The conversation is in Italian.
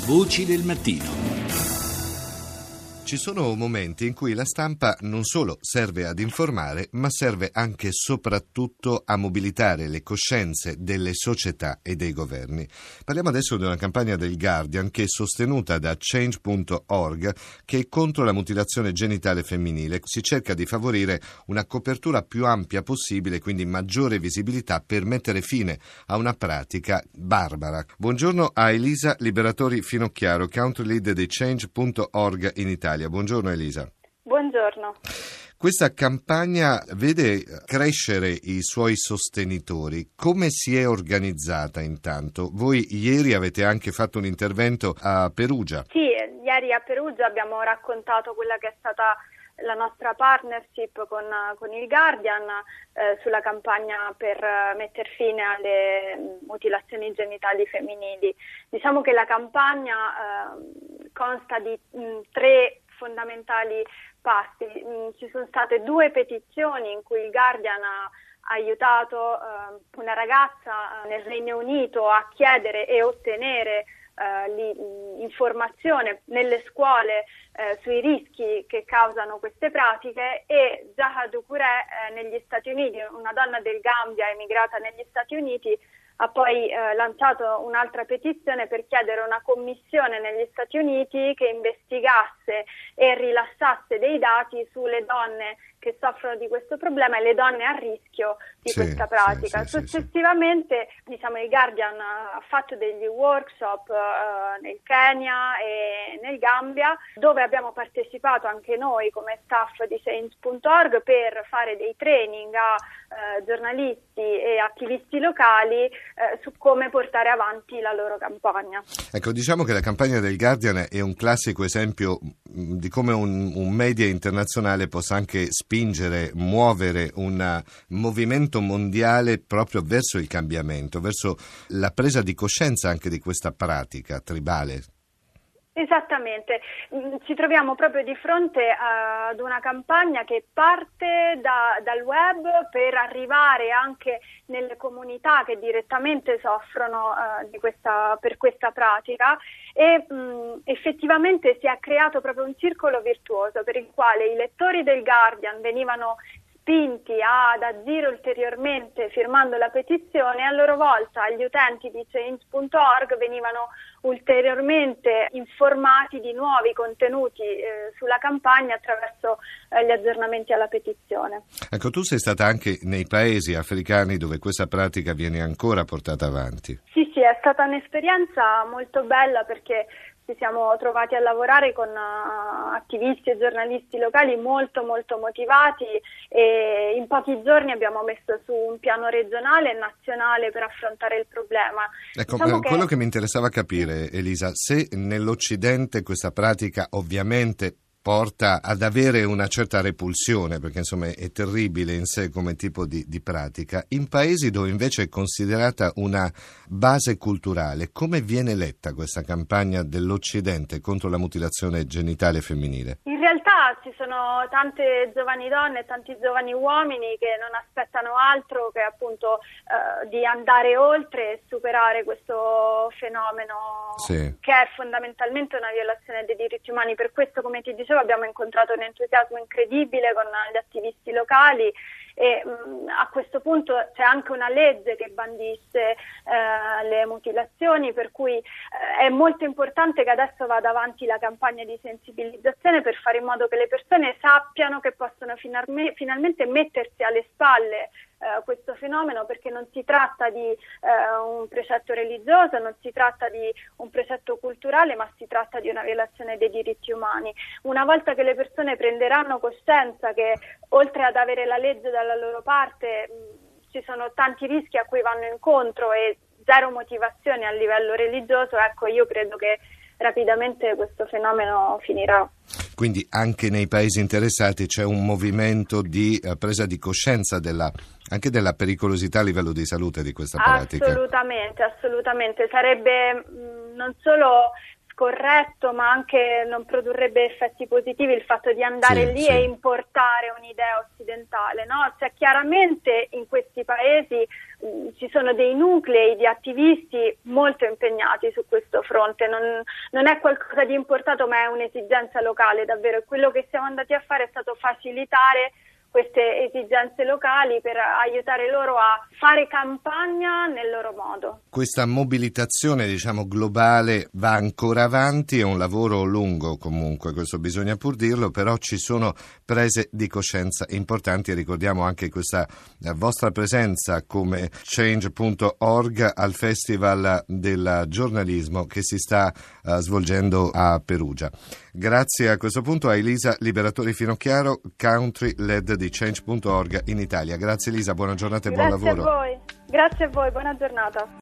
Voci del mattino. Ci sono momenti in cui la stampa non solo serve ad informare, ma serve anche e soprattutto a mobilitare le coscienze delle società e dei governi. Parliamo adesso di una campagna del Guardian che è sostenuta da Change.org, che è contro la mutilazione genitale femminile. Si cerca di favorire una copertura più ampia possibile, quindi maggiore visibilità, per mettere fine a una pratica barbara. Buongiorno a Elisa Liberatori Finocchiaro, country lead di Change.org in Italia. Buongiorno Elisa. Buongiorno. Questa campagna vede crescere i suoi sostenitori. Come si è organizzata intanto? Voi ieri avete anche fatto un intervento a Perugia. Sì, ieri a Perugia abbiamo raccontato quella che è stata la nostra partnership con il Guardian sulla campagna per mettere fine alle mutilazioni genitali femminili. Diciamo che la campagna consta di tre fondamentali passi. Ci sono state 2 petizioni in cui il Guardian ha aiutato una ragazza nel Regno Unito a chiedere e ottenere informazione nelle scuole sui rischi che causano queste pratiche, e Zaha Doucouré negli Stati Uniti, una donna del Gambia emigrata negli Stati Uniti, ha poi lanciato un'altra petizione per chiedere una commissione negli Stati Uniti che investigasse e rilassasse dei dati sulle donne che soffrono di questo problema e le donne a rischio di questa pratica. Successivamente, diciamo, il Guardian ha fatto degli workshop nel Kenya e nel Gambia, dove abbiamo partecipato anche noi come staff di Change.org per fare dei training a giornalisti e attivisti locali su come portare avanti la loro campagna. Ecco, diciamo che la campagna del Guardian è un classico esempio di come un media internazionale possa anche spingere, muovere un movimento mondiale proprio verso il cambiamento, verso la presa di coscienza anche di questa pratica tribale. Esattamente, ci troviamo proprio di fronte ad una campagna che parte dal web per arrivare anche nelle comunità che direttamente soffrono per questa pratica, e effettivamente si è creato proprio un circolo virtuoso per il quale i lettori del Guardian venivano spinti ad agire ulteriormente firmando la petizione, e a loro volta gli utenti di Change.org venivano ulteriormente informati di nuovi contenuti sulla campagna attraverso gli aggiornamenti alla petizione. Ecco, tu sei stata anche nei paesi africani dove questa pratica viene ancora portata avanti. Sì, è stata un'esperienza molto bella, perché ci siamo trovati a lavorare con attivisti e giornalisti locali molto motivati, e in pochi giorni abbiamo messo su un piano regionale e nazionale per affrontare il problema. Ecco, quello che mi interessava capire, Elisa, se nell'Occidente questa pratica ovviamente porta ad avere una certa repulsione, perché insomma è terribile in sé come tipo di pratica, in paesi dove invece è considerata una base culturale, come viene letta questa campagna dell'Occidente contro la mutilazione genitale femminile? In realtà ci sono tante giovani donne e tanti giovani uomini che non aspettano altro che appunto di andare oltre e superare questo fenomeno, che è fondamentalmente una violazione dei diritti umani. Per questo, come ti dicevo, abbiamo incontrato un entusiasmo incredibile con gli attivisti locali, e a questo punto c'è anche una legge che bandisce le mutilazioni, per cui è molto importante che adesso vada avanti la campagna di sensibilizzazione per fare in modo che le persone sappiano che possono finalmente mettersi alle spalle questo fenomeno, perché non si tratta di un precetto religioso, non si tratta di un precetto culturale, ma si tratta di una violazione dei diritti umani. Una volta che le persone prenderanno coscienza che oltre ad avere la legge dalla loro parte ci sono tanti rischi a cui vanno incontro e zero motivazione a livello religioso, ecco, io credo che rapidamente questo fenomeno finirà. Quindi anche nei paesi interessati c'è un movimento di presa di coscienza anche della pericolosità a livello di salute di questa pratica. Assolutamente. Sarebbe non solo scorretto, ma anche non produrrebbe effetti positivi il fatto di andare lì e importare un'idea occidentale, no? Cioè, chiaramente in questi paesi ci sono dei nuclei di attivisti molto impegnati su questo fronte, non è qualcosa di importato, ma è un'esigenza locale davvero, e quello che siamo andati a fare è stato facilitare queste esigenze locali per aiutare loro a fare campagna nel loro modo. Questa mobilitazione, globale va ancora avanti, è un lavoro lungo comunque, questo bisogna pur dirlo, però ci sono prese di coscienza importanti e ricordiamo anche questa vostra presenza come Change.org al Festival del giornalismo che si sta svolgendo a Perugia. Grazie a questo punto a Elisa Liberatori Finocchiaro, Country Led di Change.org in Italia. Grazie Elisa, buona giornata e buon lavoro. Grazie a voi, buona giornata.